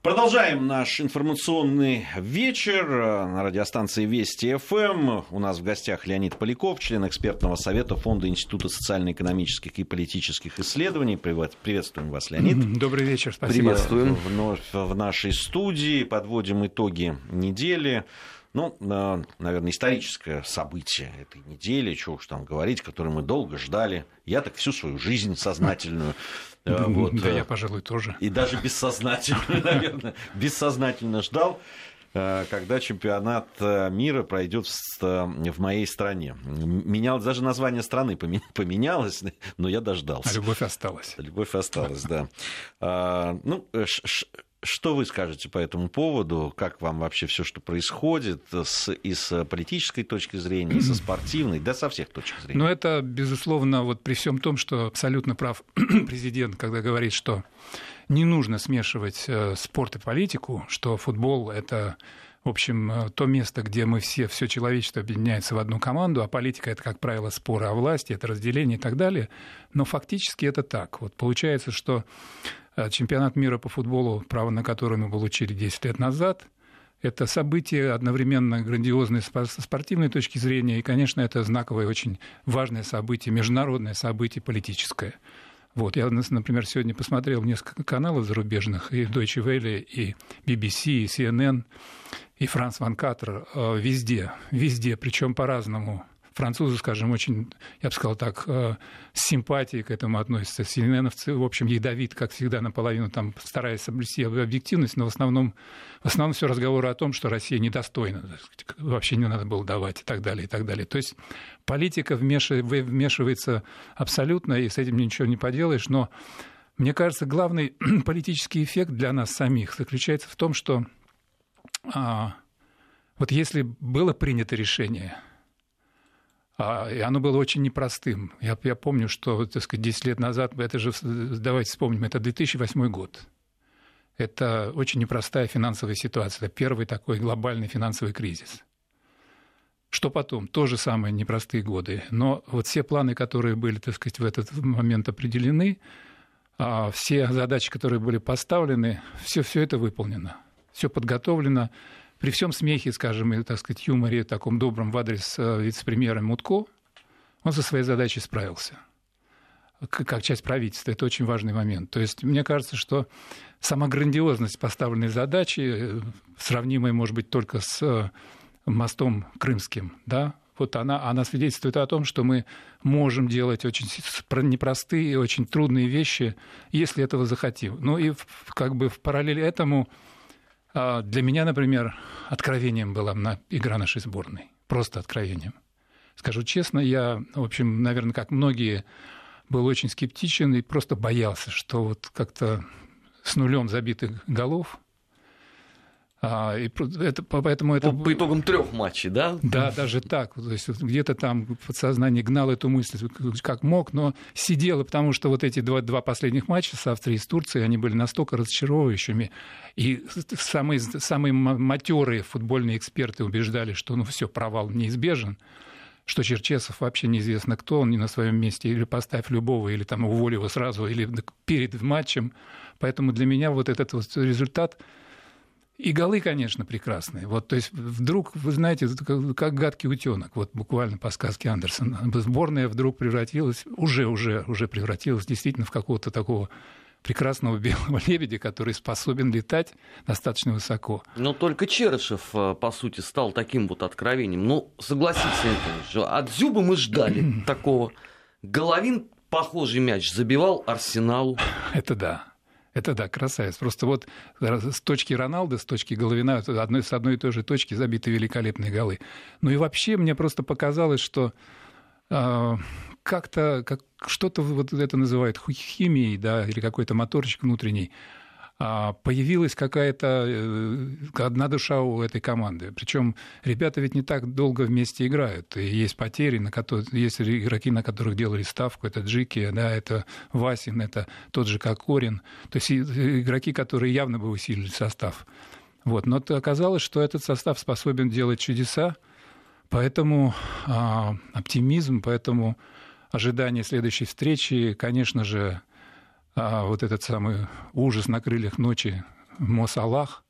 Продолжаем наш информационный вечер на радиостанции Вести ФМ. У нас в гостях Леонид Поляков, член экспертного совета Фонда Института социально-экономических и политических исследований. Приветствуем вас, Леонид. Добрый вечер, спасибо. Приветствуем вновь в нашей студии. Подводим итоги недели. Ну, наверное, историческое событие этой недели, чего уж там говорить, которое мы долго ждали. Я так всю свою жизнь сознательную. Да, я, пожалуй, тоже. И даже бессознательно, наверное, бессознательно ждал, когда чемпионат мира пройдет в моей стране. Менялось, даже название страны поменялось, но я дождался. А любовь осталась. Любовь осталась, да. Что вы скажете по этому поводу? Как вам вообще все, что происходит и с политической точки зрения, и со спортивной, да со всех точек зрения? Ну, это, безусловно, вот при всем том, что абсолютно прав президент, когда говорит, что не нужно смешивать спорт и политику, что футбол – это, в общем, то место, где мы все человечество объединяется в одну команду, а политика – это, как правило, споры о власти, это разделение и так далее. Но фактически это так. Вот получается, что чемпионат мира по футболу, право на которое мы получили 10 лет назад, это событие одновременно грандиозное с спортивной точки зрения, и, конечно, это знаковое, очень важное событие, международное событие политическое. Вот. Я, например, сегодня посмотрел несколько каналов зарубежных, и Deutsche Welle, и BBC, и CNN, и Франц Ван Каттер, везде, причем по-разному. Французы, скажем, очень, я бы сказал так, с симпатией к этому относятся. CNN-овцы, в общем, ядовит, как всегда, наполовину, там, стараясь соблюсти объективность, но в основном все разговоры о том, что Россия недостойна, вообще не надо было давать и так далее, и так далее. То есть политика вмешивается абсолютно, и с этим ничего не поделаешь, но мне кажется, главный политический эффект для нас самих заключается в том, что вот если было принято решение, и оно было очень непростым. Я помню, что, так сказать, 10 лет назад, это же, давайте вспомним, это 2008 год. Это очень непростая финансовая ситуация. Это первый такой глобальный финансовый кризис. Что потом? Тоже самые непростые годы. Но вот все планы, которые были, так сказать, в этот момент определены, все задачи, которые были поставлены, все это выполнено. Все подготовлено. При всем смехе, скажем, и, так сказать, юморе таком добром в адрес вице-премьера Мутко, он со своей задачей справился. Как часть правительства, это очень важный момент. То есть мне кажется, что сама грандиозность поставленной задачи, сравнимая, может быть, только с мостом крымским, да, вот она свидетельствует о том, что мы можем делать очень непростые, очень трудные вещи, если этого захотим. Ну и как бы в параллель этому для меня, например, откровением была игра нашей сборной. Просто откровением. Скажу честно, я, в общем, наверное, как многие, был очень скептичен и просто боялся, что вот как-то с нулем забитых голов. Поэтому это по итогам 3 матчей, да? Да, даже так. То есть где-то там в подсознании гнал эту мысль как мог, но сидел, потому что вот эти два последних матча с Австрией и с Турцией, они были настолько разочаровывающими. И самые матерые футбольные эксперты убеждали, что все, провал неизбежен, что Черчесов вообще неизвестно кто, он не на своем месте, или поставь любого, или там уволь его сразу, или перед матчем. Поэтому для меня вот этот вот результат... И голы, конечно, прекрасные. Вот, то есть вдруг, вы знаете, как гадкий утенок, вот буквально по сказке Андерсона. Сборная вдруг превратилась, уже превратилась действительно в какого-то такого прекрасного белого лебедя, который способен летать достаточно высоко. Но только Черышев, по сути, стал таким вот откровением. Ну, согласитесь, Анатолий, от Дзюбы мы ждали такого. Головин похожий мяч забивал Арсеналу. Это да. Это да, красавец. Просто вот с точки Роналдо, с точки Головина, с одной и той же точки забиты великолепные голы. Ну и вообще мне просто показалось, что как-то что-то вот это называют химией, да, или какой-то моторчик внутренний. Появилась какая-то одна душа у этой команды. Причем ребята ведь не так долго вместе играют. И есть потери, есть игроки, на которых делали ставку. Это Джики, да, это Васин, это тот же Кокорин. То есть игроки, которые явно бы усилили состав. Вот. Но оказалось, что этот состав способен делать чудеса. Поэтому оптимизм, поэтому ожидание следующей встречи, конечно же, вот этот самый ужас на крыльях ночи Мо Салах.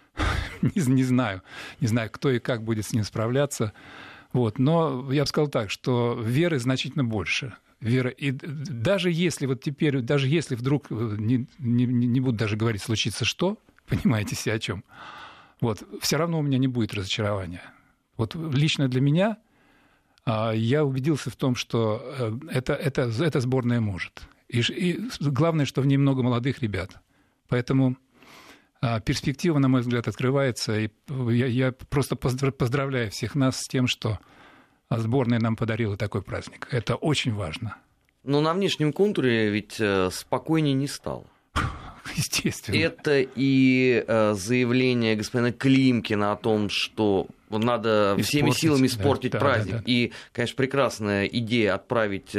Не знаю, кто и как будет с ним справляться. Вот. Но я бы сказал так, что веры значительно больше. Вера. И даже если вот теперь, даже если вдруг, не буду даже говорить, случится что, понимаете себе о чем, вот, все равно у меня не будет разочарования. Вот лично для меня я убедился в том, что эта сборная может. И главное, что в ней много молодых ребят. Поэтому перспектива, на мой взгляд, открывается. И я просто поздравляю всех нас с тем, что сборная нам подарила такой праздник. Это очень важно. Но на внешнем контуре ведь спокойнее не стало. Естественно. Это и заявление господина Климкина о том, что надо всеми силами испортить праздник. Да. И, конечно, прекрасная идея отправить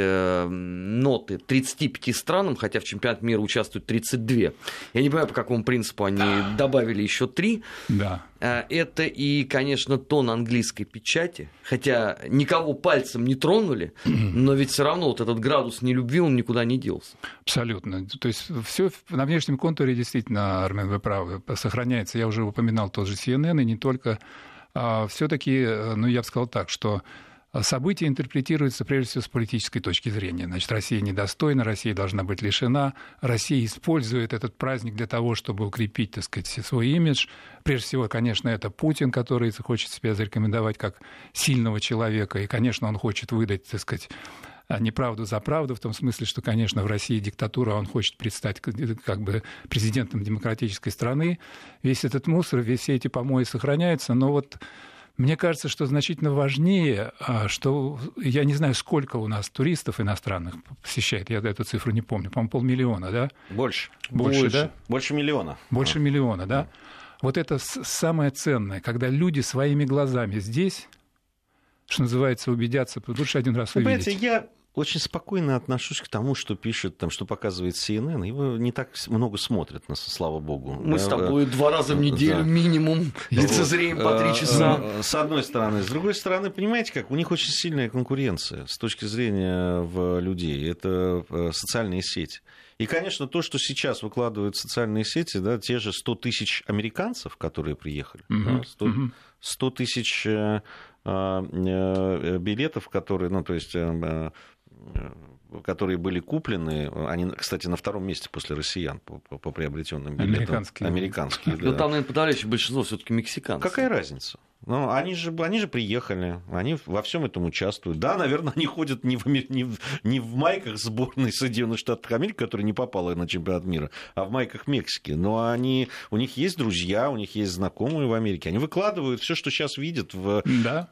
ноты 35 странам, хотя в чемпионате мира участвуют 32. Я не понимаю, по какому принципу они добавили еще 3. Да. Это и, конечно, тон английской печати, хотя никого пальцем не тронули, но ведь все равно вот этот градус нелюбви, он никуда не делся. Абсолютно. То есть все на внешнем контуре действительно, Армен, вы правы, сохраняется. Я уже упоминал тот же CNN, и не только. Все-таки, я бы сказал так, что события интерпретируются прежде всего с политической точки зрения. Значит, Россия недостойна, Россия должна быть лишена, Россия использует этот праздник для того, чтобы укрепить, так сказать, свой имидж. Прежде всего, конечно, это Путин, который хочет себя зарекомендовать как сильного человека, и, конечно, он хочет выдать, так сказать, неправду за правду, в том смысле, что, конечно, в России диктатура, он хочет предстать как бы президентом демократической страны. Весь этот мусор, все эти помои сохраняются, но вот мне кажется, что значительно важнее, что я не знаю, сколько у нас туристов иностранных посещает, я эту цифру не помню, по-моему, 500 000, да? Больше, да? Больше миллиона. Больше миллиона, да? Вот это самое ценное, когда люди своими глазами здесь, что называется, убедятся, лучше один раз увидеть. Понимаете, я очень спокойно отношусь к тому, что пишет, там, что показывает CNN. Его не так много смотрят, слава богу. Мы с тобой 2 раза в неделю минимум лицезреем по 3 часа. С одной стороны. С другой стороны, понимаете как, у них очень сильная конкуренция с точки зрения людей. Это социальные сети. И, конечно, то, что сейчас выкладывают в социальные сети, да, те же 100 000 американцев, которые приехали, 100 000 билетов, которые, которые были куплены, они, кстати, на 2-м месте после россиян по приобретенным билетам. Американские. Но там, наверное, подавляющее большинство все-таки мексиканцы. Какая разница? Ну, они же приехали, они во всем этом участвуют. Да, наверное, они ходят не в майках сборной Соединенных Штатов Америки, которая не попала на чемпионат мира, а в майках Мексики. Но у них есть друзья, у них есть знакомые в Америке. Они выкладывают все, что сейчас видят в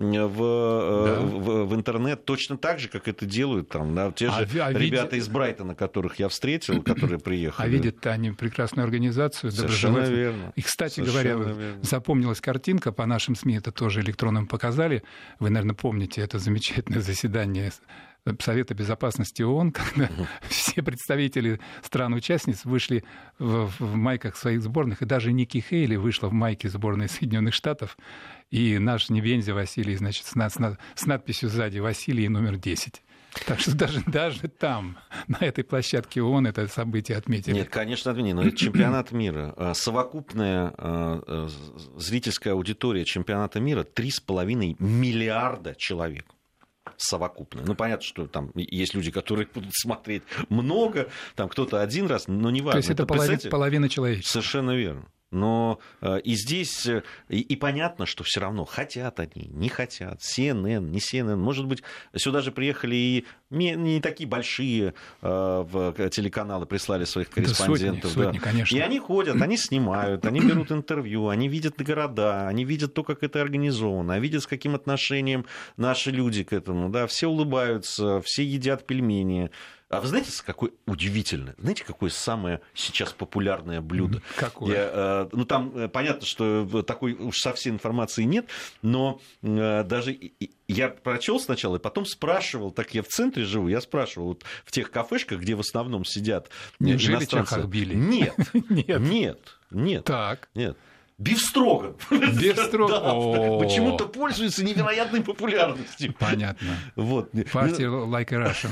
интернет, точно так же, как это делают там, да, те же ребята из Брайтона, которых я встретил, которые приехали. А видят-то они прекрасную организацию. Совершенно верно. И, кстати говоря, запомнилась картинка по нашим СМИ, это тоже электронным показали. Вы, наверное, помните это замечательное заседание Совета Безопасности ООН, когда все представители стран-участниц вышли в майках своих сборных, и даже Ники Хейли вышла в майке сборной Соединенных Штатов, и наш Небензя Василий, значит, с надписью сзади «Василий номер 10». Так что даже там, на этой площадке ООН, это событие отметили. Нет, конечно, отметили, но это чемпионат мира. Совокупная зрительская аудитория чемпионата мира 3,5 миллиарда человек. Совокупная. Ну, понятно, что там есть люди, которые будут смотреть много, там кто-то один раз, но не важно. То есть это половина человечества. Совершенно верно. Но и здесь, и понятно, что все равно хотят они, не хотят, CNN, не CNN. Может быть, сюда же приехали и не такие большие телеканалы, прислали своих корреспондентов. Сотни, конечно. И они ходят, они снимают, они берут интервью, они видят города, они видят то, как это организовано, они видят, с каким отношением наши люди к этому. Да? Все улыбаются, все едят пельмени. А вы знаете, какое удивительное? Знаете, какое самое сейчас популярное блюдо? Какое? Там понятно, что такой уж совсем информации нет, но даже я прочел сначала и потом спрашивал, так я в центре живу, я спрашивал вот в тех кафешках, где в основном сидят иностранцы. Неужели Чахахбили? Нет. Так. Нет. Бифстроган. Бифстроган. Почему-то пользуется невероятной популярностью. Понятно. Вот. Партия Like a Russian,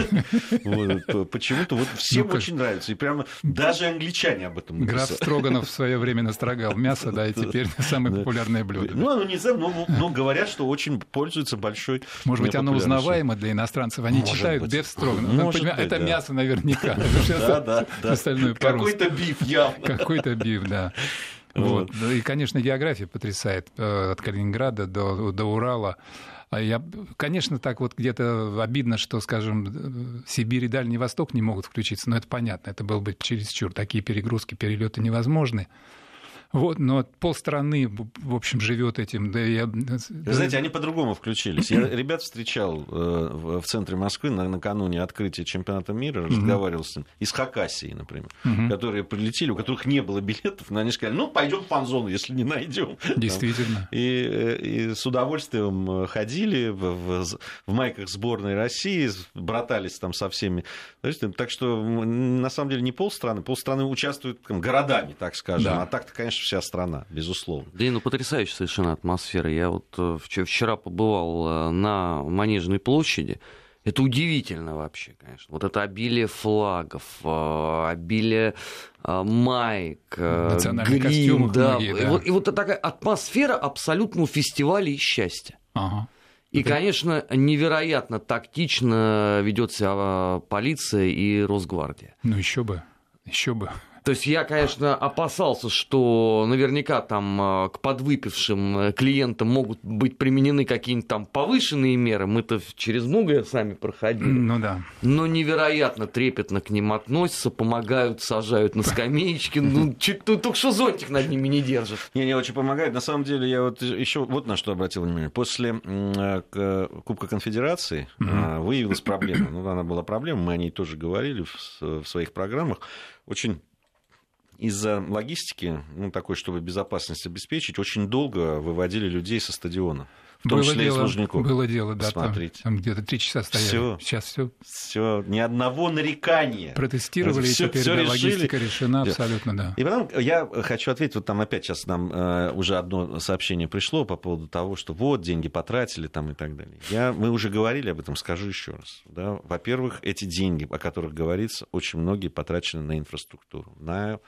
да? Почему-то вот всем очень нравится. И прямо даже англичане об этом написали. Граф Строганов в свое время настрогал мясо, да, и теперь самое популярное блюдо. Ну, не знаю, но говорят, что очень пользуется большой. Может быть, оно узнаваемо для иностранцев. Они читают Бифстроган. Это мясо наверняка. Да. Остальное по-русски. Какой-то биф явно. Какой-то биф, да. Вот. И, конечно, география потрясает от Калининграда до Урала. Конечно, так вот где-то обидно, что, скажем, Сибирь и Дальний Восток не могут включиться, но это понятно, это было бы чересчур. Такие перегрузки, перелеты невозможны. Вот, но полстраны, в общем, живет этим. Вы знаете, они по-другому включились. Я ребят встречал в центре Москвы накануне открытия чемпионата мира, разговаривал с ним, из Хакасии, например, которые прилетели, у которых не было билетов, но они сказали, ну, пойдем в фан-зону, если не найдем. Действительно. И с удовольствием ходили в майках сборной России, братались там со всеми. Так что, на самом деле, не полстраны участвуют городами, так скажем, да. А так-то, конечно, вся страна, безусловно. Да, ну потрясающая совершенно атмосфера. Я вот вчера побывал на Манежной площади. Это удивительно вообще, конечно. Вот это обилие флагов, обилие маек, национальных костюмов, да. Многие, да. И вот такая атмосфера абсолютного фестиваля и счастья. Ага. И, конечно, невероятно тактично ведет себя полиция и Росгвардия. Ну, еще бы. То есть я, конечно, опасался, что наверняка там к подвыпившим клиентам могут быть применены какие-нибудь там повышенные меры. Мы-то через многое сами проходили. Ну да. Но невероятно трепетно к ним относятся, помогают, сажают на скамеечки. Ну, только что зонтик над ними не держит. Не очень помогает. На самом деле, я вот еще вот на что обратил внимание. После Кубка Конфедерации выявилась проблема. Ну, она была проблема, мы о ней тоже говорили в своих программах. Очень из-за логистики, такой, чтобы безопасность обеспечить, очень долго выводили людей со стадиона. В том числе и Лужников. Было дело, да. Смотрите. Там где-то 3 часа стояли. Сейчас все. Ни одного нарекания. Протестировали, и теперь логистика решена абсолютно, да. И потом я хочу ответить, вот там опять сейчас нам уже одно сообщение пришло по поводу того, что вот, деньги потратили там и так далее. Мы уже говорили об этом, скажу еще раз. Да? Во-первых, эти деньги, о которых говорится, очень многие потрачены на инфраструктуру.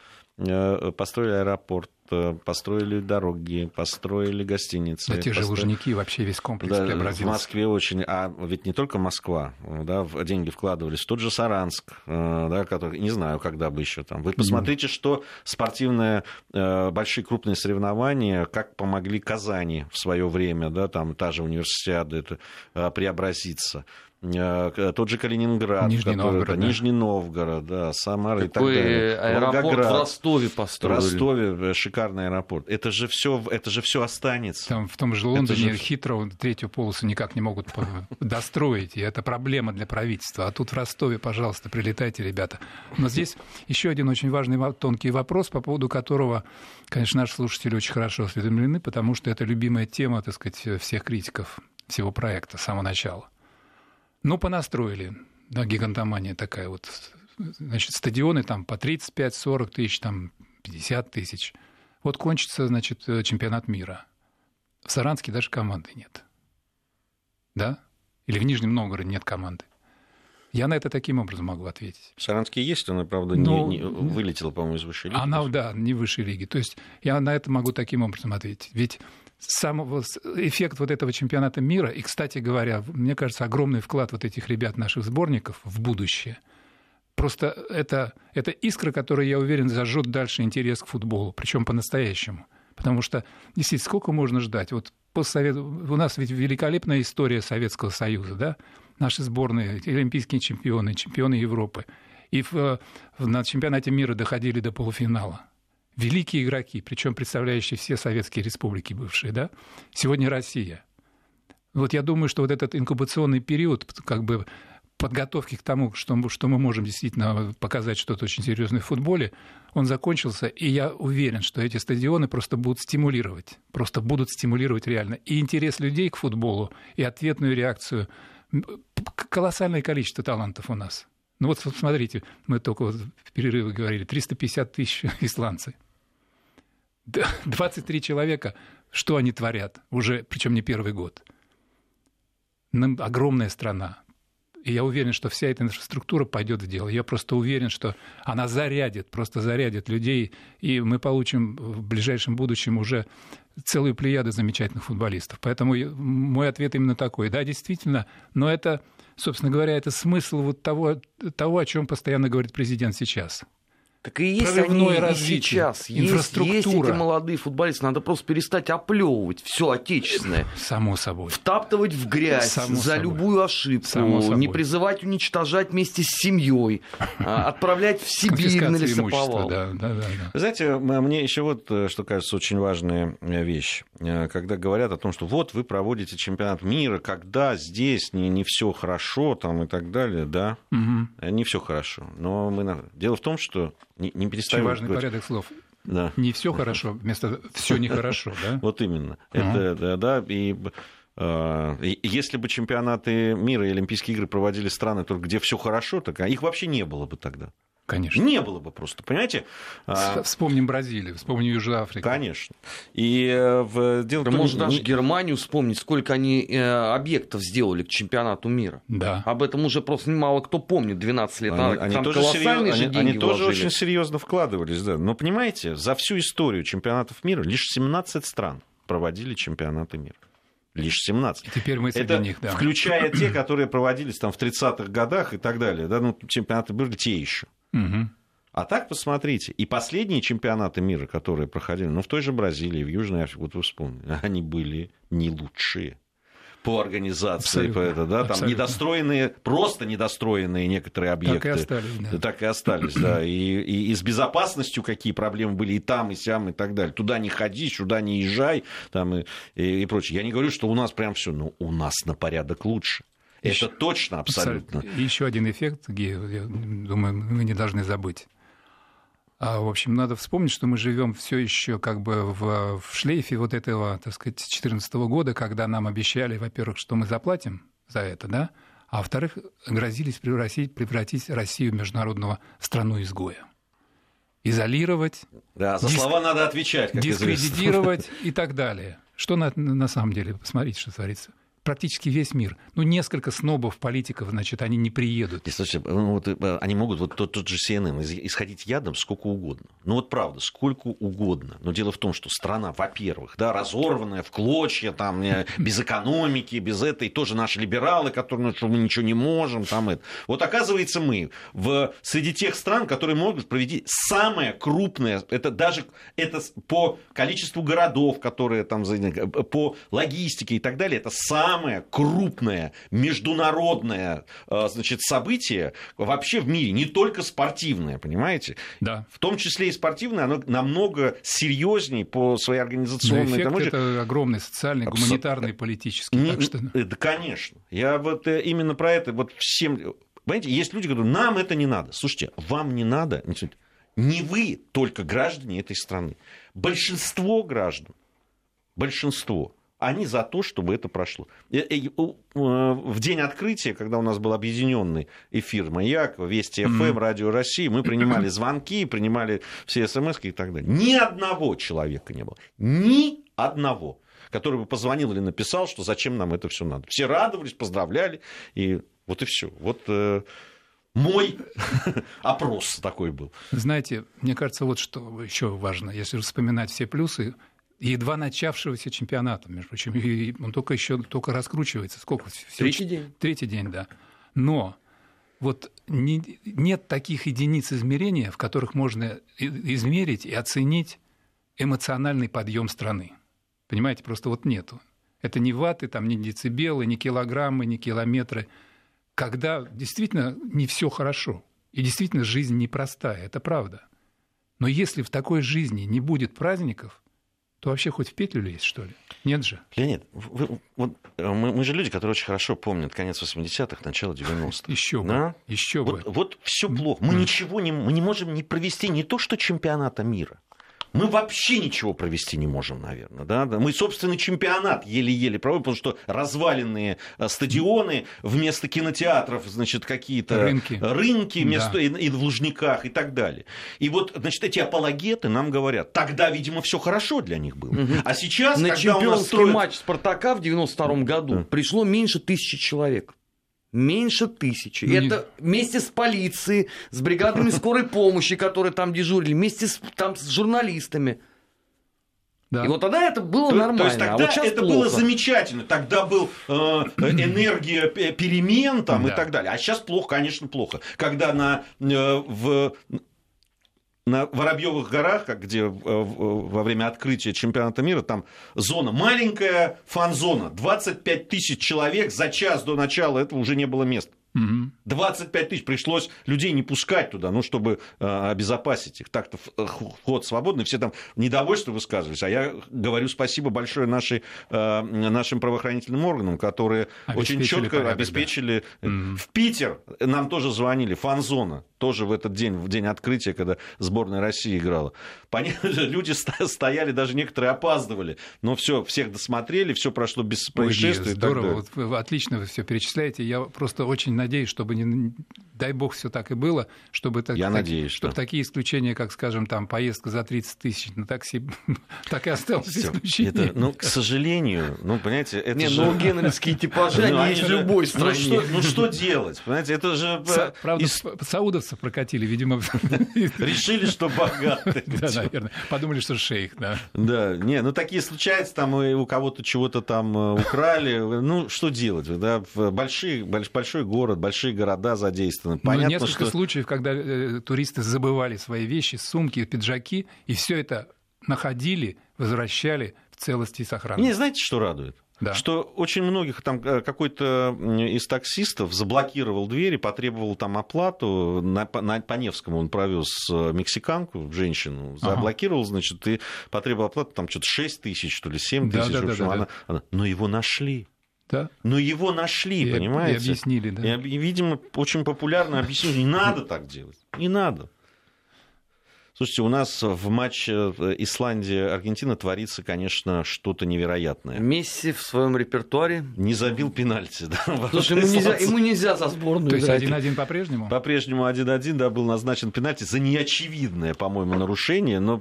Построили аэропорт, построили дороги, построили гостиницы. Да, те же Лужники, вообще весь комплекс преобразился. В Москве очень... А ведь не только Москва, да, деньги вкладывались. В тот же Саранск, да, который... Не знаю, когда бы еще там. Вы посмотрите, что спортивные, большие крупные соревнования, как помогли Казани в свое время, да, там та же универсиада, это преобразиться. Тот же Калининград, Нижний Новгород, да, Самара и так далее. Аэропорт Волгоград. В Ростове построили. В Ростове шикарный аэропорт. Это же все останется. Там, в том же Лондоне хитро третью полосу никак не могут достроить, и это проблема для правительства. А тут в Ростове, пожалуйста, прилетайте, ребята. Но здесь еще один очень важный тонкий вопрос, по поводу которого, конечно, наши слушатели очень хорошо осведомлены, потому что это любимая тема, так сказать, всех критиков всего проекта с самого начала. Ну, понастроили, да, гигантомания такая вот. Значит, стадионы там по 35-40 тысяч, там 50 тысяч. Вот кончится, значит, чемпионат мира. В Саранске даже команды нет. Да? Или в Нижнем Новгороде нет команды. Я на это таким образом могу ответить. В Саранске есть, она, правда, не вылетела, по-моему, из высшей лиги. Она, да, не высшей лиги. То есть я на это могу таким образом ответить. Ведь эффект вот этого чемпионата мира, и, кстати говоря, мне кажется, огромный вклад вот этих ребят, наших сборников, в будущее. Просто это искра, которая, я уверен, зажжет дальше интерес к футболу, причем по-настоящему. Потому что, действительно, сколько можно ждать? Вот у нас ведь великолепная история Советского Союза, да? Наши сборные, олимпийские чемпионы, чемпионы Европы. И на чемпионате мира доходили до полуфинала. Великие игроки, причем представляющие все советские республики бывшие, да? Сегодня Россия. Вот я думаю, что вот этот инкубационный период, как бы подготовки к тому, что мы можем действительно показать что-то очень серьезное в футболе, он закончился, и я уверен, что эти стадионы просто будут стимулировать реально и интерес людей к футболу, и ответную реакцию. Колоссальное количество талантов у нас. Ну вот смотрите, мы только в перерыве говорили, 350 тысяч исландцев. 23 человека, что они творят? Уже, причем не первый год. Огромная страна. И я уверен, что вся эта инфраструктура пойдет в дело. Я просто уверен, что она просто зарядит людей, и мы получим в ближайшем будущем уже целую плеяду замечательных футболистов. Поэтому мой ответ именно такой. Да, действительно, но это, собственно говоря, это смысл вот того, о чем постоянно говорит президент сейчас. Так и есть они и сейчас. Есть эти молодые футболисты. Надо просто перестать оплевывать все отечественное. Само собой. Втаптывать в грязь за любую ошибку. Не призывать уничтожать вместе с семьей. Отправлять в Сибирь на лесоповал. Да. Знаете, мне еще вот, что кажется, очень важная вещь. Когда говорят о том, что вот вы проводите чемпионат мира, когда здесь не все хорошо там, и так далее, да, не все хорошо. Но дело в том, что не перестаем... Очень важный порядок слов. Да. Не все хорошо, вместо все нехорошо, да? Вот именно. Это, да, и если бы чемпионаты мира и Олимпийские игры проводили страны, только где все хорошо, так их вообще не было бы тогда. Конечно. Не было бы просто, понимаете? Вспомним Бразилию, вспомним Южную Африку. Конечно. И можно даже Германию вспомнить, сколько они объектов сделали к чемпионату мира. Да. Об этом уже просто мало кто помнит 12 лет назад. Они тоже очень серьезно вкладывались. Да. Но понимаете, за всю историю чемпионатов мира лишь 17 стран проводили чемпионаты мира. Лишь 17. И теперь мы среди них, да. Включая те, которые проводились там в 30-х годах и так далее. Да, чемпионаты были те еще. Угу. А так посмотрите, и последние чемпионаты мира, которые проходили, в той же Бразилии, в Южной Африке, вот вы вспомнили, они были не лучшие по организации, там недостроенные, просто недостроенные некоторые объекты. Так и остались, да. И с безопасностью какие проблемы были и там, и сям, и так далее. Туда не ходи, сюда не езжай, там, и прочее. Я не говорю, что у нас прям все, но у нас на порядок лучше. Это точно, абсолютно. Еще один эффект, я думаю, мы не должны забыть. В общем, надо вспомнить, что мы живем все еще как бы в шлейфе вот этого, так сказать, 2014 года, когда нам обещали, во-первых, что мы заплатим за это, да, а во-вторых, грозились превратить Россию в международного страну-изгоя. Изолировать, да, за слова надо отвечать, как дискредитировать и так далее. Что на самом деле, посмотрите, что творится. Практически весь мир. Несколько снобов, политиков, значит, они не приедут. Слушайте, они могут, тот же CNN, исходить ядом сколько угодно. Правда, сколько угодно. Но дело в том, что страна, во-первых, да, разорванная в клочья, там, без экономики, без этой, тоже наши либералы, которые, что мы ничего не можем. Там, это. Вот оказывается, мы среди тех стран, которые могут провести самое крупное, это по количеству городов, которые там, по логистике и так далее, это самое крупное международное, значит, событие вообще в мире, не только спортивное, понимаете? Да. В том числе и спортивное, оно намного серьезнее по своей организационной... Но эффект это огромный, социальный, гуманитарный, политический. Да, конечно. Я именно про это всем... Понимаете, есть люди, которые говорят, нам это не надо. Слушайте, вам не надо... Не вы только граждане этой страны. Большинство граждан, они за то, чтобы это прошло. В день открытия, когда у нас был объединенный эфир «Маяк», «Вести ФМ», «Радио России», мы принимали звонки, принимали все смски и так далее. Ни одного человека не было. Ни одного, который бы позвонил или написал, что зачем нам это все надо. Все радовались, поздравляли, и вот и все. Мой опрос такой был. Знаете, мне кажется, вот что еще важно, если вспоминать все плюсы, едва начавшегося чемпионата, между прочим, он только раскручивается. Сколько? Третий день. Третий день, да. Но нет таких единиц измерения, в которых можно измерить и оценить эмоциональный подъем страны. Понимаете, просто нету. Это не ватты, там, не децибелы, не килограммы, не километры. Когда действительно не все хорошо, и действительно жизнь непростая, это правда. Но если в такой жизни не будет праздников, то вообще хоть в петлю лезть, что ли? Нет же. Леонид, мы же люди, которые очень хорошо помнят конец 80-х, начало 90-х. Еще бы. Да? Еще бы. Все плохо. Мы ничего мы не можем провести не то, что чемпионата мира. Мы вообще ничего провести не можем, наверное. Да? Мы собственный чемпионат еле-еле проводим, потому что разваленные стадионы, вместо кинотеатров, значит, какие-то рынки вместо, и в Лужниках и так далее. И вот, значит, эти апологеты нам говорят, тогда, видимо, все хорошо для них было. А сейчас, на когда чемпионский у нас строят... матч Спартака в 92 году пришло меньше 1000 человек. Меньше 1000. Это вместе с полицией, с бригадами скорой помощи, которые там дежурили, вместе с журналистами. Да. И вот тогда это было нормально. То есть тогда вот это плохо. было замечательно. Тогда был энергия перемен там, и так далее. А сейчас плохо, конечно, плохо. Когда на Воробьевых горах, где во время открытия чемпионата мира, там зона маленькая, фан-зона, 25 тысяч человек за час до начала этого уже не было места. 25 тысяч, пришлось людей не пускать туда, ну, чтобы обезопасить их. Так-то вход свободный, все там недовольство высказывались. А я говорю спасибо большое нашим правоохранительным органам, которые очень четко обеспечили. В Питер нам тоже звонили, фан-зона, тоже в этот день, в день открытия, когда сборная России играла. Люди стояли, даже некоторые опаздывали, но всех досмотрели, все прошло без происшествий. Здорово, вот вы отлично все перечисляете. Я просто очень надеюсь, чтобы, дай бог, все так и было, чтобы, чтобы такие исключения, как, скажем, там, поездка за 30 тысяч на такси, так и осталось исключением. Ну, к сожалению, понимаете, это же... Ну, генревские типажи, они есть в любой стране. Ну, что делать? Понимаете, это же... Правда, саудовцев прокатили, видимо. Решили, что богатые. Да, наверное. Подумали, что шейх, да. Да, такие случаются, там у кого-то чего-то там украли. Ну, что делать? Большой город, большие города задействованы. Понятно, несколько случаев, когда туристы забывали свои вещи, сумки, пиджаки, и все это находили, возвращали в целости и сохранности. Мне знаете, что радует? Да. Что очень многих там какой-то из таксистов заблокировал двери, потребовал там оплату. По Невскому он провез мексиканку, женщину, заблокировал, значит, и потребовал оплату, там что-то 6 тысяч, что ли, 7 тысяч. Но его нашли. Да. Но его нашли, понимаете? И объяснили, да. И, видимо, очень популярно объяснили, не надо так делать, не надо. Слушайте, у нас в матче Исландия-Аргентина творится, конечно, что-то невероятное. Месси в своем репертуаре не забил пенальти. Да, слушай, ему нельзя за сборную. То есть 1-1 по-прежнему? По-прежнему 1-1, да, был назначен пенальти за неочевидное, по-моему, нарушение, но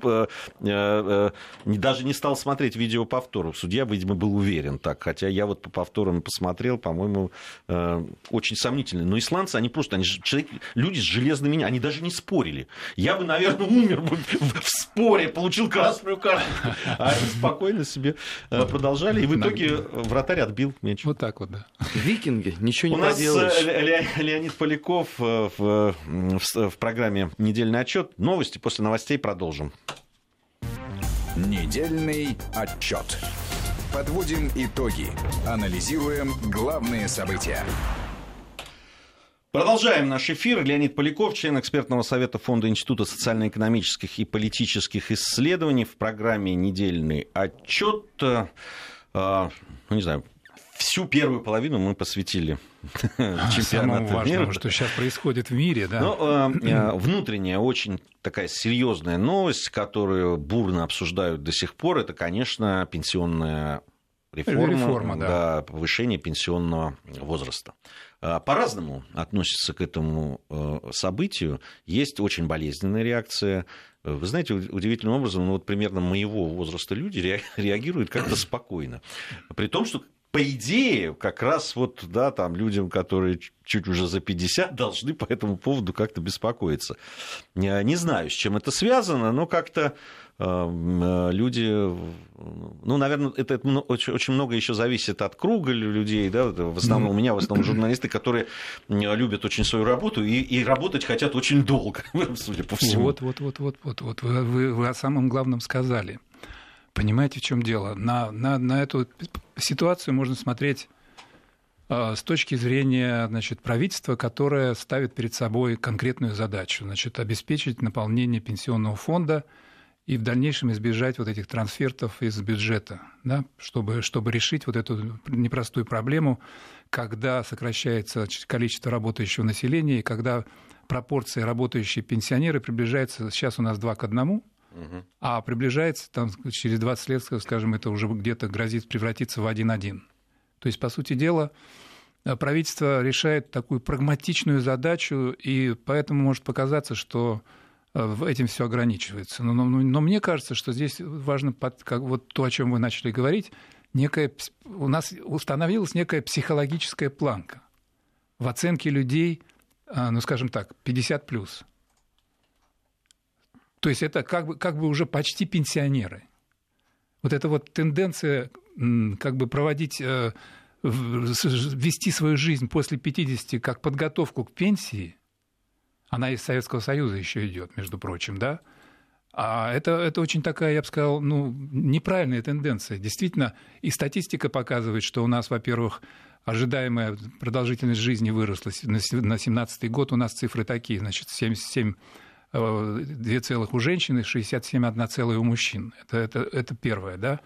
даже не стал смотреть видеоповтор. Судья, видимо, был уверен так, хотя я вот по повторам посмотрел, по-моему, очень сомнительно. Но исландцы, люди с железными, они даже не спорили. Я бы, наверное, умер бы в споре, получил красную карту. А они спокойно себе продолжали. И в итоге вратарь отбил мяч. Вот так вот, да. Викинги, ничего не поделаешь. У нас Леонид Поляков в программе «Недельный отчет». Новости, после новостей продолжим. Недельный отчет. Подводим итоги. Анализируем главные события. Продолжаем наш эфир. Леонид Поляков, член экспертного совета Фонда Института социально-экономических и политических исследований, в программе «Недельный отчет». Всю первую половину мы посвятили чемпионату самому важному, мира. что сейчас происходит в мире. Да? Но внутренняя, очень такая серьезная новость, которую бурно обсуждают до сих пор, это, конечно, пенсионная реформа, повышение пенсионного возраста. По-разному относятся к этому событию. Есть очень болезненная реакция. Вы знаете, удивительным образом, примерно моего возраста люди реагируют как-то спокойно. При том, что, по идее, как раз людям, которые чуть уже за 50, должны по этому поводу как-то беспокоиться. Не знаю, с чем это связано, но как-то люди, наверное, это очень много еще зависит от круга людей, да, в основном у меня, в основном журналисты, которые любят очень свою работу и работать хотят очень долго, судя по всему. Вот, вы о самом главном сказали. Понимаете, в чем дело? На эту ситуацию можно смотреть с точки зрения, правительства, которое ставит перед собой конкретную задачу, обеспечить наполнение пенсионного фонда и в дальнейшем избежать этих трансфертов из бюджета, да, чтобы решить эту непростую проблему, когда сокращается количество работающего населения, и когда пропорции работающие пенсионеры приближаются, сейчас у нас 2 к 1, а приближается там, через 20 лет, скажем, это уже где-то грозит превратиться в 1:1. То есть, по сути дела, правительство решает такую прагматичную задачу, и поэтому может показаться, что этим все ограничивается. Но мне кажется, что здесь важно, вот то, о чем вы начали говорить, у нас установилась некая психологическая планка в оценке людей, ну, скажем так, 50+. То есть это как бы уже почти пенсионеры. Вот эта вот тенденция как бы вести свою жизнь после 50 как подготовку к пенсии, она из Советского Союза еще идет, между прочим, да? А это очень такая, я бы сказал, неправильная тенденция. Действительно, и статистика показывает, что у нас, во-первых, ожидаемая продолжительность жизни выросла. На 2017 год у нас цифры такие, значит, 77,2 у женщин и 67,1 у мужчин. Это первое, да?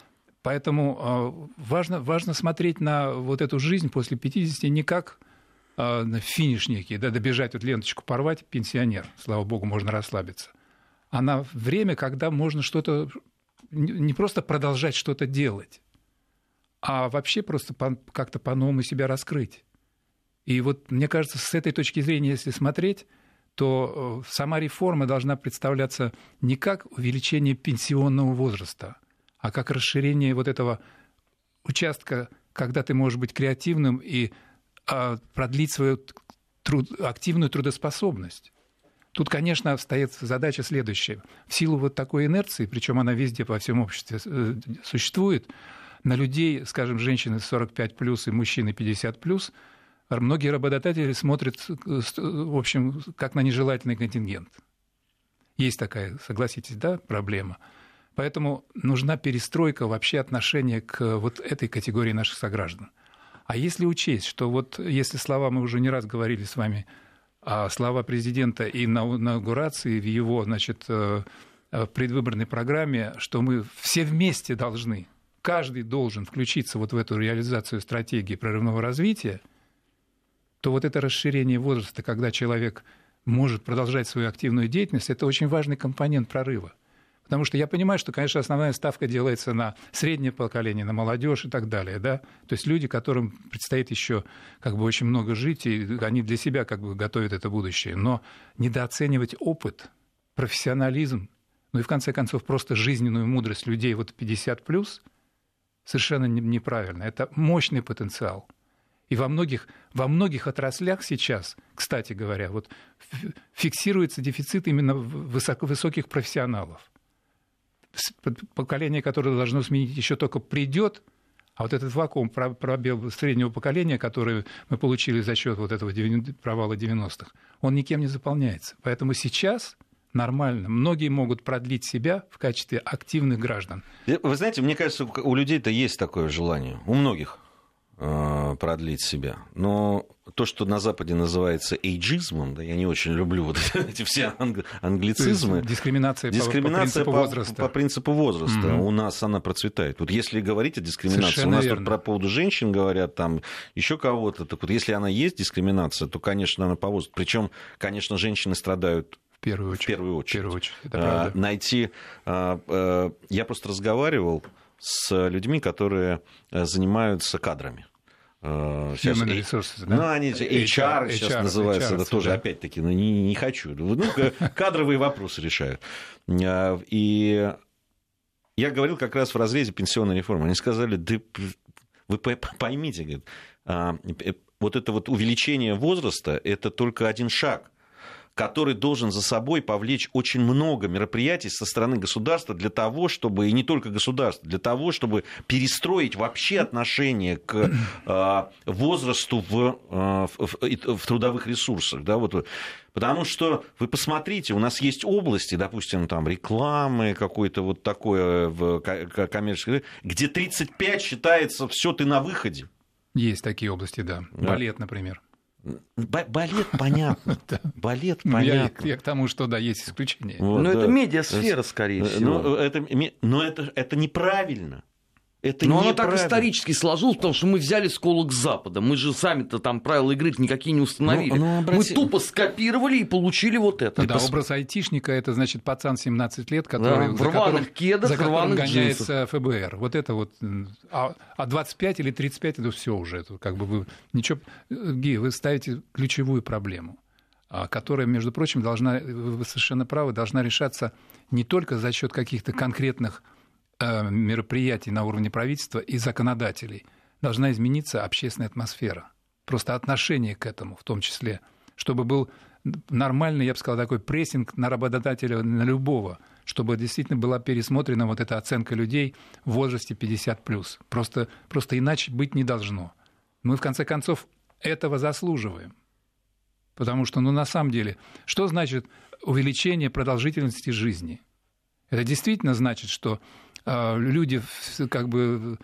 Поэтому важно смотреть на вот эту жизнь после 50 не как на финиш некий, да, добежать, вот ленточку порвать, пенсионер, слава богу, можно расслабиться. А на время, когда можно что-то, не просто продолжать что-то делать, а вообще просто как-то по-новому себя раскрыть. И вот, мне кажется, с этой точки зрения, если смотреть, то сама реформа должна представляться не как увеличение пенсионного возраста, а как расширение вот этого участка, когда ты можешь быть креативным и продлить свою активную трудоспособность. Тут, конечно, стоит задача следующая. В силу вот такой инерции, причем она везде во всем обществе существует, на людей, скажем, женщины 45+, и мужчины 50+, многие работодатели смотрят, в общем, как на нежелательный контингент. Есть такая, согласитесь, да, проблема. Поэтому нужна перестройка вообще отношения к вот этой категории наших сограждан. А если учесть, что вот если слова, мы уже не раз говорили с вами, слова президента и на инаугурации в его, значит, предвыборной программе, что мы все вместе должны, каждый должен включиться вот в эту реализацию стратегии прорывного развития, то вот это расширение возраста, когда человек может продолжать свою активную деятельность, это очень важный компонент прорыва. Потому что я понимаю, что, конечно, основная ставка делается на среднее поколение, на молодежь и так далее, да? То есть люди, которым предстоит еще как бы очень много жить, и они для себя как бы готовят это будущее. Но недооценивать опыт, профессионализм, ну и в конце концов просто жизненную мудрость людей вот 50+, совершенно неправильно. Это мощный потенциал. И во многих отраслях сейчас, кстати говоря, вот фиксируется дефицит именно высоких профессионалов. Поколение, которое должно сменить, еще только придет, а вот этот вакуум, пробел среднего поколения, который мы получили за счет вот этого провала 90-х, он никем не заполняется. Поэтому сейчас нормально. Многие могут продлить себя в качестве активных граждан. Вы знаете, мне кажется, у людей-то есть такое желание, у многих продлить себя. Но то, что на Западе называется эйджизмом, да, я не очень люблю вот эти все англицизмы. Дискриминация по принципу возраста. По принципу возраста. У нас она процветает. Вот если говорить о дискриминации, совершенно у нас верно. Тут про поводу женщин говорят, там еще кого-то. Так вот, если она есть, дискриминация, то, конечно, она по возрасту. Причем, конечно, женщины страдают в первую очередь. Это найти... Я просто разговаривал с людьми, которые занимаются кадрами. Human resources, да? Ну, они HR сейчас называются, это тоже, да. Опять-таки, не хочу. Кадровые вопросы решают. И я говорил как раз в разрезе пенсионной реформы. Они сказали, да вы поймите, говорит, вот это вот увеличение возраста, это только один шаг, который должен за собой повлечь очень много мероприятий со стороны государства для того, чтобы, и не только государства, для того, чтобы перестроить вообще отношение к возрасту в трудовых ресурсах. Да, вот. Потому что, вы посмотрите, у нас есть области, допустим, там рекламы, какое-то вот такое коммерческое, где 35 считается, все, ты на выходе. Есть такие области, да. Балет, например. Балет понятно. Балет понятно. Я к тому, что да, есть исключения. Вот, но да. Это медиасфера, скорее всего. Но это неправильно. Но оно так исторически сложилось, потому что мы взяли сколок Запада. Мы же сами-то там правила игры никакие не установили. Мы тупо скопировали и получили вот это. Да, образ айтишника — это, значит, пацан 17 лет, который, в рваных кедах, за которым гоняется джинсах. ФБР. Вот это вот. А 25 или 35 — это все уже. Это как бы вы... Ничего... Ги, вы ставите ключевую проблему, которая, между прочим, должна, вы совершенно правы, должна решаться не только за счет каких-то конкретных мероприятий на уровне правительства и законодателей. Должна измениться общественная атмосфера. Просто отношение к этому в том числе. Чтобы был нормальный, я бы сказал, такой прессинг на работодателя, на любого. Чтобы действительно была пересмотрена вот эта оценка людей в возрасте 50+. Просто иначе быть не должно. Мы, в конце концов, этого заслуживаем. Потому что, на самом деле, что значит увеличение продолжительности жизни? Это действительно значит, что люди как бы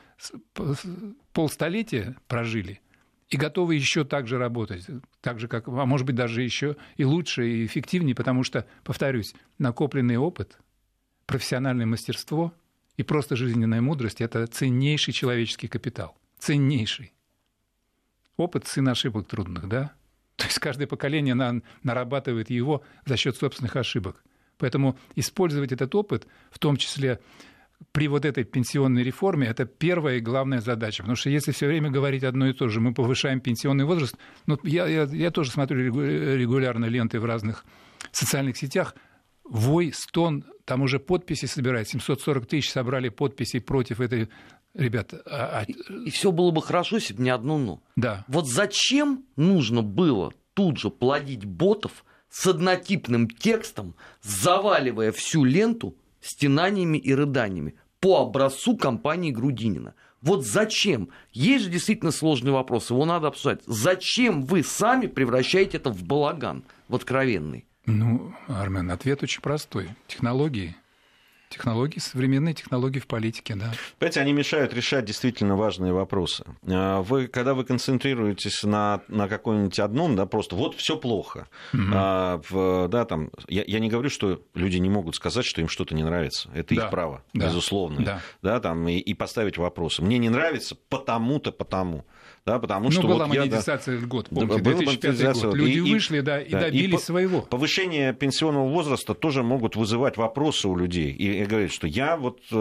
полстолетия прожили и готовы еще так же работать, так же, как, а может быть, даже еще и лучше, и эффективнее, потому что, повторюсь, накопленный опыт, профессиональное мастерство и просто жизненная мудрость — это ценнейший человеческий капитал. Ценнейший. Опыт — сын ошибок трудных, да? То есть каждое поколение нарабатывает его за счет собственных ошибок. Поэтому использовать этот опыт, в том числе при вот этой пенсионной реформе, это первая и главная задача. Потому что если все время говорить одно и то же, мы повышаем пенсионный возраст, я тоже смотрю регулярно ленты в разных социальных сетях, вой, стон, там уже подписи собирают, 740 тысяч собрали подписей против этой... Ребята... И все было бы хорошо, если бы не одно «но». Да. Вот зачем нужно было тут же плодить ботов с однотипным текстом, заваливая всю ленту стенаниями и рыданиями по образцу компании Грудинина? Вот зачем? Есть же действительно сложный вопрос, его надо обсуждать. Зачем вы сами превращаете это в балаган, в откровенный? Армен, ответ очень простой. Технологии, современные технологии в политике, да. Понимаете, они мешают решать действительно важные вопросы. Когда вы концентрируетесь на каком-нибудь одном, да, просто вот все плохо. Я не говорю, что люди не могут сказать, что им что-то не нравится. Это их право, безусловно. Да, и поставить вопросы. Мне не нравится потому-то, потому. Да, потому что была монетизация льгот, помните, 2005 год. Люди вышли и добились своего. Повышение пенсионного возраста тоже могут вызывать вопросы у людей. И говорить, что я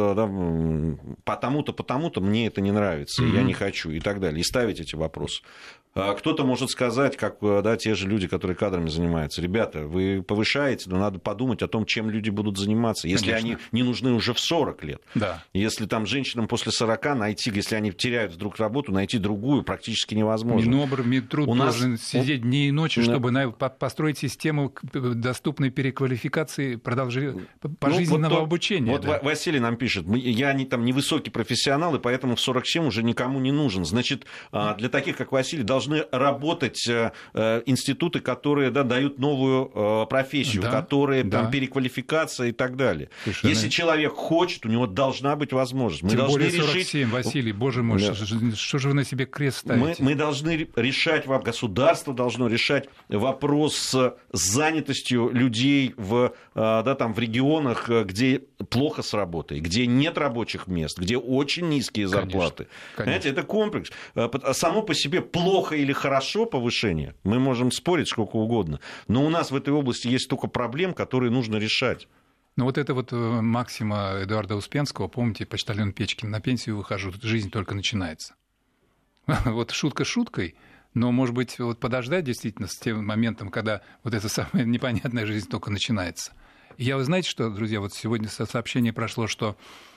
потому-то мне это не нравится, я не хочу, и так далее. И ставить эти вопросы. Кто-то может сказать, как те же люди, которые кадрами занимаются: ребята, вы повышаете, но надо подумать о том, чем люди будут заниматься, если они не нужны уже в 40 лет. Да. Если там женщинам после 40 найти, если они теряют вдруг работу, найти другую практически невозможно. Минобр, Минтруд должен сидеть дни и ночи, чтобы построить систему доступной переквалификации, пожизненного обучения. Вот Василий нам пишет: я не высокий профессионал, и поэтому в 47 уже никому не нужен. Значит, для таких, как Василий, должны работать институты, которые дают новую профессию, которые там переквалификация и так далее. Совершенно. Если человек хочет, у него должна быть возможность. Мы Тем должны более 47, решить... Василий, боже мой, что же вы на себе крест ставите? Мы должны решать, государство должно решать вопрос с занятостью людей в регионах, где плохо с работой, где нет рабочих мест, где очень низкие зарплаты. Конечно. Понимаете, это комплекс. Само по себе плохо или хорошо повышение, мы можем спорить сколько угодно, но у нас в этой области есть столько проблем, которые нужно решать. Ну вот это максима Эдуарда Успенского, помните, почтальон Печкин: на пенсию выхожу, жизнь только начинается. Вот шутка шуткой, но, может быть, подождать действительно с тем моментом, когда вот эта самая непонятная жизнь только начинается. И вы знаете, что, друзья, сегодня сообщение прошло, что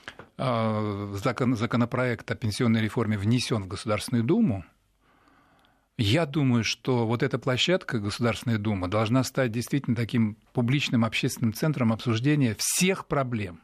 законопроект о пенсионной реформе внесен в Государственную Думу. Я думаю, что вот эта площадка, Государственная Дума, должна стать действительно таким публичным общественным центром обсуждения всех проблем.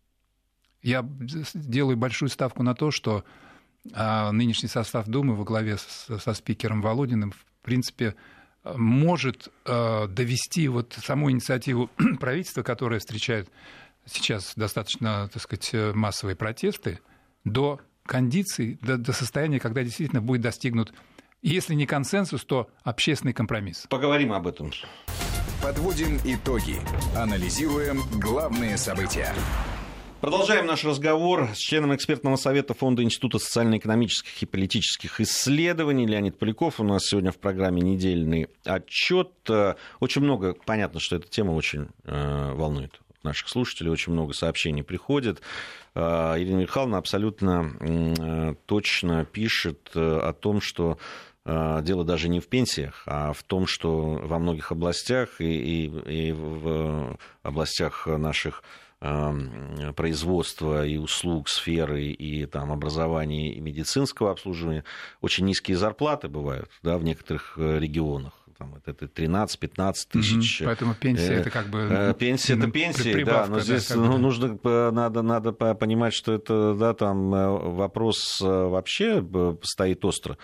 Я делаю большую ставку на то, что нынешний состав Думы во главе со спикером Володиным, в принципе, может довести саму инициативу правительства, которое встречает сейчас достаточно, массовые протесты, до кондиций, до состояния, когда действительно будет достигнут, если не консенсус, то общественный компромисс. Поговорим об этом. Подводим итоги. Анализируем главные события. Продолжаем наш разговор с членом экспертного совета Фонда Института социально-экономических и политических исследований Леонид Поляков. У нас сегодня в программе недельный отчет. Очень много, понятно, что эта тема очень волнует наших слушателей, очень много сообщений приходит. Ирина Михайловна абсолютно точно пишет о том, что дело даже не в пенсиях, а в том, что во многих областях и в областях наших производства и услуг, сферы и там, образования и медицинского обслуживания очень низкие зарплаты бывают, да, в некоторых регионах. Там, это 13-15 тысяч. Поэтому пенсия это как бы... Пенсия это пенсия, да, но здесь надо понимать, что это, да, там вопрос вообще стоит остро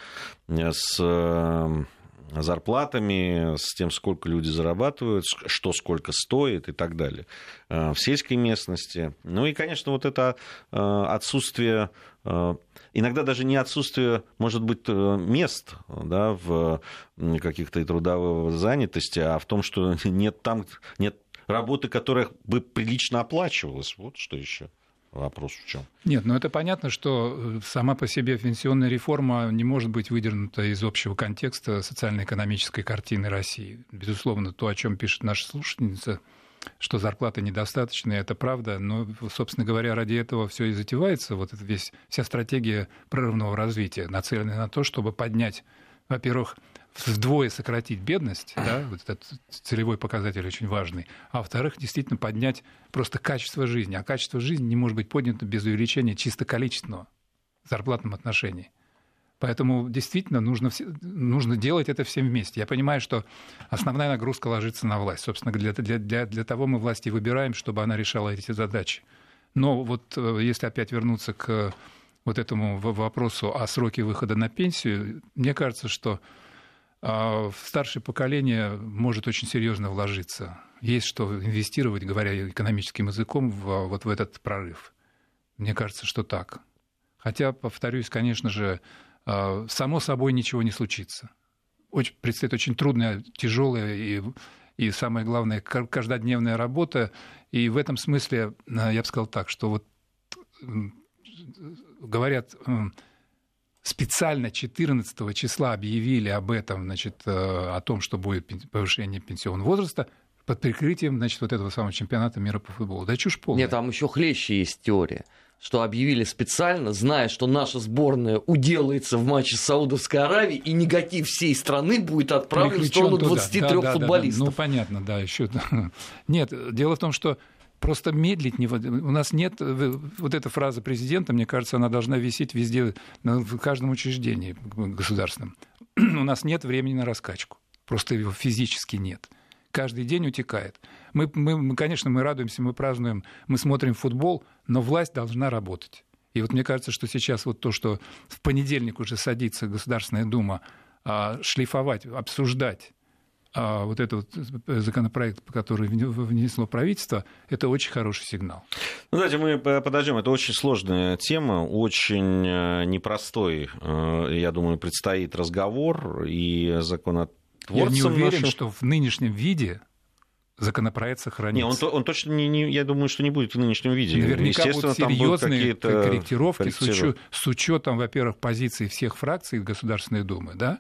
с зарплатами, с тем, сколько люди зарабатывают, что сколько стоит и так далее в сельской местности. Ну и, конечно, вот это отсутствие, иногда даже не отсутствие, может быть, мест, да, в каких-то и трудовой занятости, а в том, что нет работы, которая бы прилично оплачивалась. Вот что еще. Вопрос в чем? Нет, ну это понятно, что сама по себе пенсионная реформа не может быть выдернута из общего контекста социально-экономической картины России. Безусловно, то, о чем пишет наша слушательница, что зарплаты недостаточные, это правда, но, собственно говоря, ради этого все и затевается. Вот эта вся стратегия прорывного развития, нацеленная на то, чтобы поднять, во-первых, вдвое сократить бедность, да, вот этот целевой показатель очень важный, а во-вторых, действительно поднять просто качество жизни. А качество жизни не может быть поднято без увеличения чисто количественного в зарплатном отношении. Поэтому действительно нужно делать это всем вместе. Я понимаю, что основная нагрузка ложится на власть. Собственно, для того мы власть и выбираем, чтобы она решала эти задачи. Но вот если опять вернуться к вот этому вопросу о сроке выхода на пенсию, мне кажется, что старшее поколение может очень серьезно вложиться. Есть что инвестировать, говоря экономическим языком, вот в этот прорыв. Мне кажется, что так. Хотя, повторюсь, конечно же, само собой ничего не случится. Предстоит очень трудная, тяжелая и самое главное, каждодневная работа. И в этом смысле я бы сказал так, что вот говорят... Специально 14 числа объявили об этом, значит, о том, что будет повышение пенсионного возраста под прикрытием, значит, вот этого самого чемпионата мира по футболу. Да чушь полная. Нет, там еще хлеще есть теория, что объявили специально, зная, что наша сборная уделается в матче с Саудовской Аравией, и негатив всей страны будет отправлен в сторону 23 футболистов. Ну, понятно, да, еще. Нет, дело в том, что просто медлить не... У нас нет... Вот эта фраза президента, мне кажется, она должна висеть везде, в каждом учреждении государственном. У нас нет времени на раскачку. Просто его физически нет. Каждый день утекает. Конечно, мы радуемся, мы празднуем, мы смотрим футбол, но власть должна работать. И вот мне кажется, что сейчас вот то, что в понедельник уже садится Государственная Дума шлифовать, обсуждать вот этот законопроект, который внесло правительство, это очень хороший сигнал. Ну, давайте мы подождем. Это очень сложная тема, очень непростой, я думаю, предстоит разговор. И законотворцам я не уверен, нашим... что в нынешнем виде законопроект сохранится. Он точно, я думаю, что не будет в нынешнем виде. Наверняка будут серьезные корректировки с учетом, во-первых, позиций всех фракций Государственной Думы, да?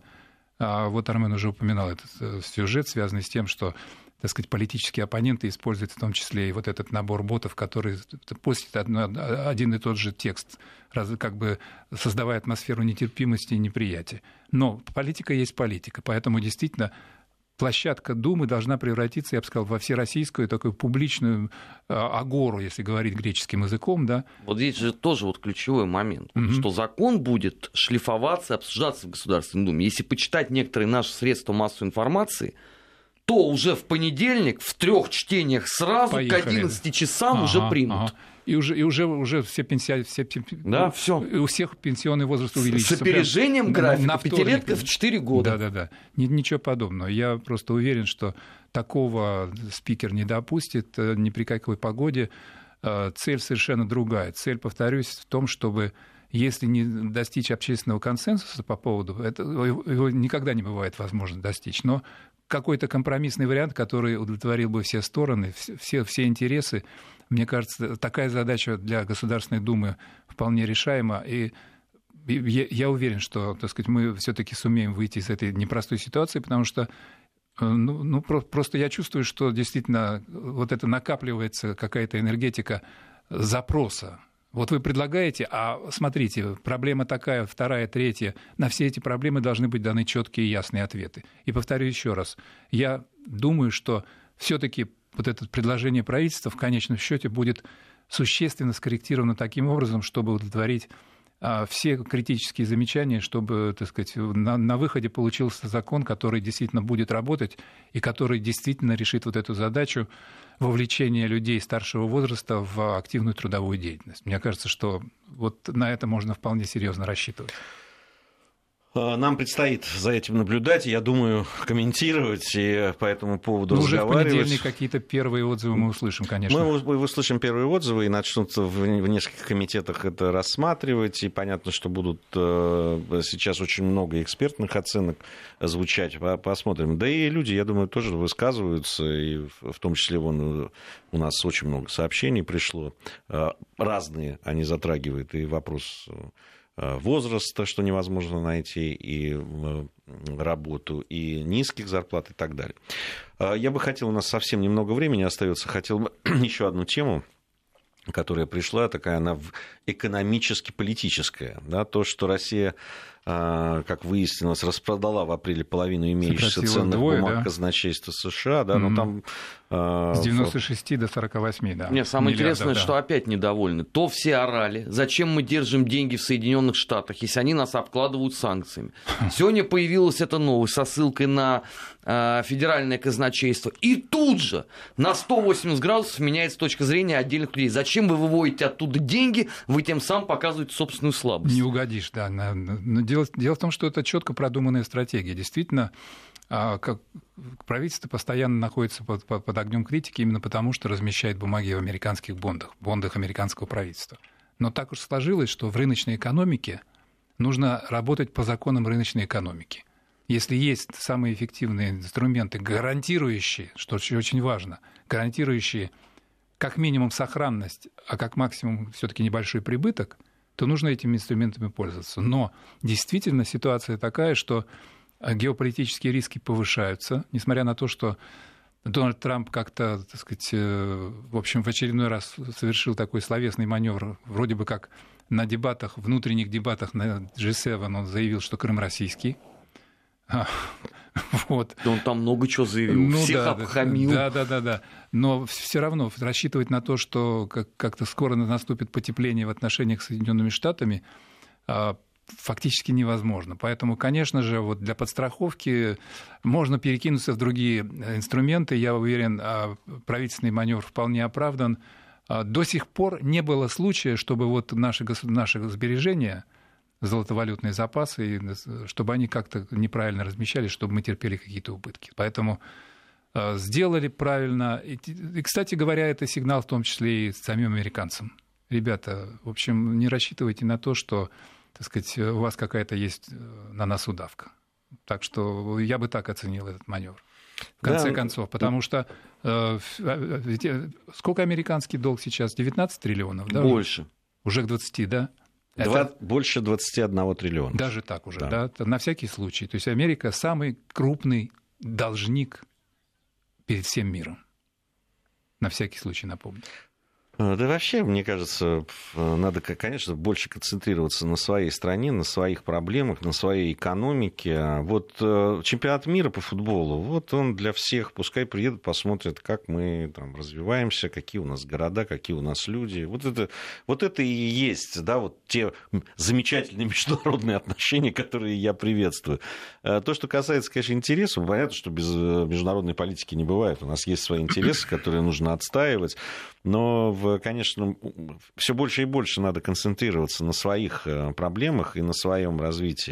А вот Армен уже упоминал этот сюжет, связанный с тем, что, так сказать, политические оппоненты используют в том числе и вот этот набор ботов, которые постят один и тот же текст, как бы создавая атмосферу нетерпимости и неприятия. Но политика есть политика, поэтому действительно площадка Думы должна превратиться, я бы сказал, во всероссийскую такую публичную агору, если говорить греческим языком, да. Вот здесь же тоже вот ключевой момент, что закон будет шлифоваться, обсуждаться в Государственной Думе. Если почитать некоторые наши средства массовой информации, то уже в понедельник в 3 чтениях сразу к 11 часам уже примут. И уже все пенсионеры, да, все. У всех пенсионный возраст увеличится. С опережением графика, пятилетка в 4 года. Да. Ничего подобного. Я просто уверен, что такого спикер не допустит ни при какой погоде. Цель совершенно другая. Цель, повторюсь, в том, чтобы если не достичь общественного консенсуса по поводу, его никогда не бывает возможно достичь, но какой-то компромиссный вариант, который удовлетворил бы все стороны, все интересы, мне кажется, такая задача для Государственной Думы вполне решаема, и я уверен, что, так сказать, мы все-таки сумеем выйти из этой непростой ситуации, потому что просто я чувствую, что действительно вот это накапливается какая-то энергетика запроса. Вот вы предлагаете, а смотрите, проблема такая, вторая, третья. На все эти проблемы должны быть даны четкие и ясные ответы. И повторю еще раз, я думаю, что все-таки вот это предложение правительства в конечном счете будет существенно скорректировано таким образом, чтобы удовлетворить все критические замечания, чтобы, так сказать, на выходе получился закон, который действительно будет работать и который действительно решит вот эту задачу вовлечения людей старшего возраста в активную трудовую деятельность. Мне кажется, что вот на это можно вполне серьезно рассчитывать. Нам предстоит за этим наблюдать, я думаю, комментировать и по этому поводу разговаривать. Уже в понедельник какие-то первые отзывы мы услышим, конечно. Мы услышим первые отзывы и начнут в нескольких комитетах это рассматривать. И понятно, что будут сейчас очень много экспертных оценок звучать. Посмотрим. Да и люди, я думаю, тоже высказываются. И в том числе у нас очень много сообщений пришло. Разные они затрагивают. И вопрос возраста, что невозможно найти, и работу, и низких зарплат, и так далее. Я бы хотел, у нас совсем немного времени остается, хотел еще одну тему, которая пришла, такая она экономически-политическая. Да, то, что Россия, как выяснилось, распродала в апреле половину имеющихся ценных бумаг казначейства США. Да, но там, с 96 до 48, да. Нет, самое интересное, что опять недовольны. То все орали, зачем мы держим деньги в Соединенных Штатах, если они нас обкладывают санкциями. Сегодня появилась эта новость со ссылкой на федеральное казначейство. И тут же на 180 градусов меняется точка зрения отдельных людей. Зачем вы выводите оттуда деньги, вы тем самым показываете собственную слабость. Не угодишь, да. Но дело в том, что это четко продуманная стратегия. Действительно, правительство постоянно находится под огнем критики именно потому, что размещает бумаги в американских бондах американского правительства. Но так уж сложилось, что в рыночной экономике нужно работать по законам рыночной экономики. Если есть самые эффективные инструменты, гарантирующие, что очень важно, гарантирующие как минимум сохранность, а как максимум все-таки небольшой прибыток, то нужно этими инструментами пользоваться. Но действительно ситуация такая, что геополитические риски повышаются, несмотря на то, что Дональд Трамп как-то, так сказать, в общем, в очередной раз совершил такой словесный маневр, вроде бы как на дебатах, внутренних дебатах на G7 он заявил, что Крым российский. Вот. Он там много чего заявил, всех обхамил. Да. Но все равно рассчитывать на то, что как-то скоро наступит потепление в отношениях с Соединенными Штатами, фактически невозможно. Поэтому, конечно же, вот для подстраховки можно перекинуться в другие инструменты. Я уверен, правительственный маневр вполне оправдан. До сих пор не было случая, чтобы вот наши сбережения, золотовалютные запасы, чтобы они как-то неправильно размещались, чтобы мы терпели какие-то убытки. Поэтому сделали правильно. И, кстати говоря, это сигнал в том числе и самим американцам. Ребята, в общем, не рассчитывайте на то, что, так сказать, у вас какая-то есть на нас удавка. Так что я бы так оценил этот маневр. В конце концов, потому что сколько американский долг сейчас? 19 триллионов, да? Больше. Уже к 20, да? Больше 21 триллиона. Даже так уже, да? На всякий случай. То есть Америка самый крупный должник перед всем миром. На всякий случай напомню. Да вообще, мне кажется, надо, конечно, больше концентрироваться на своей стране, на своих проблемах, на своей экономике. Вот чемпионат мира по футболу, вот он для всех. Пускай приедут, посмотрят, как мы там развиваемся, какие у нас города, какие у нас люди. Вот это и есть, да, вот те замечательные международные отношения, которые я приветствую. То, что касается, конечно, интересов, понятно, что без международной политики не бывает. У нас есть свои интересы, которые нужно отстаивать. Но, конечно, все больше и больше надо концентрироваться на своих проблемах и на своем развитии.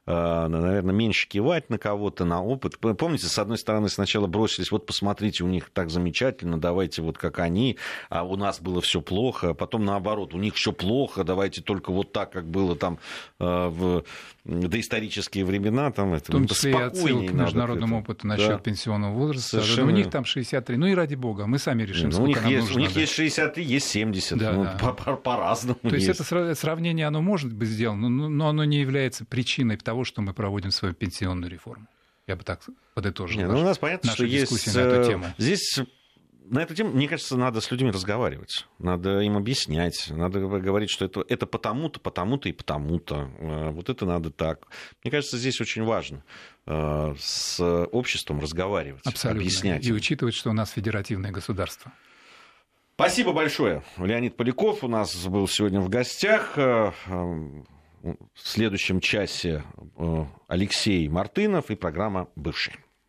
наверное, меньше кивать на кого-то, на опыт. Помните, с одной стороны, сначала бросились, вот посмотрите, у них так замечательно, давайте вот как они, а у нас было все плохо, а потом наоборот, у них все плохо, давайте только вот так, как было там в доисторические времена. Там, в том числе и отсылка к международному опыту насчет пенсионного возраста. Совершенно... У них там 63, ну и ради бога, мы сами решим, сколько нам нужно. У них есть 63, есть 70, по-разному. То есть это сравнение, оно может быть сделано, но оно не является причиной того, что мы проводим свою пенсионную реформу. Я бы так подытожил. У нас понятно, что есть на эту тему. Здесь... На эту тему, мне кажется, надо с людьми разговаривать, надо им объяснять, надо говорить, что это потому-то, потому-то и потому-то. Вот это надо так. Мне кажется, здесь очень важно с обществом разговаривать, абсолютно. Объяснять. И учитывать, что у нас федеративное государство. Спасибо большое. Леонид Поляков у нас был сегодня в гостях. В следующем часе Алексей Мартынов и программа «Бывший».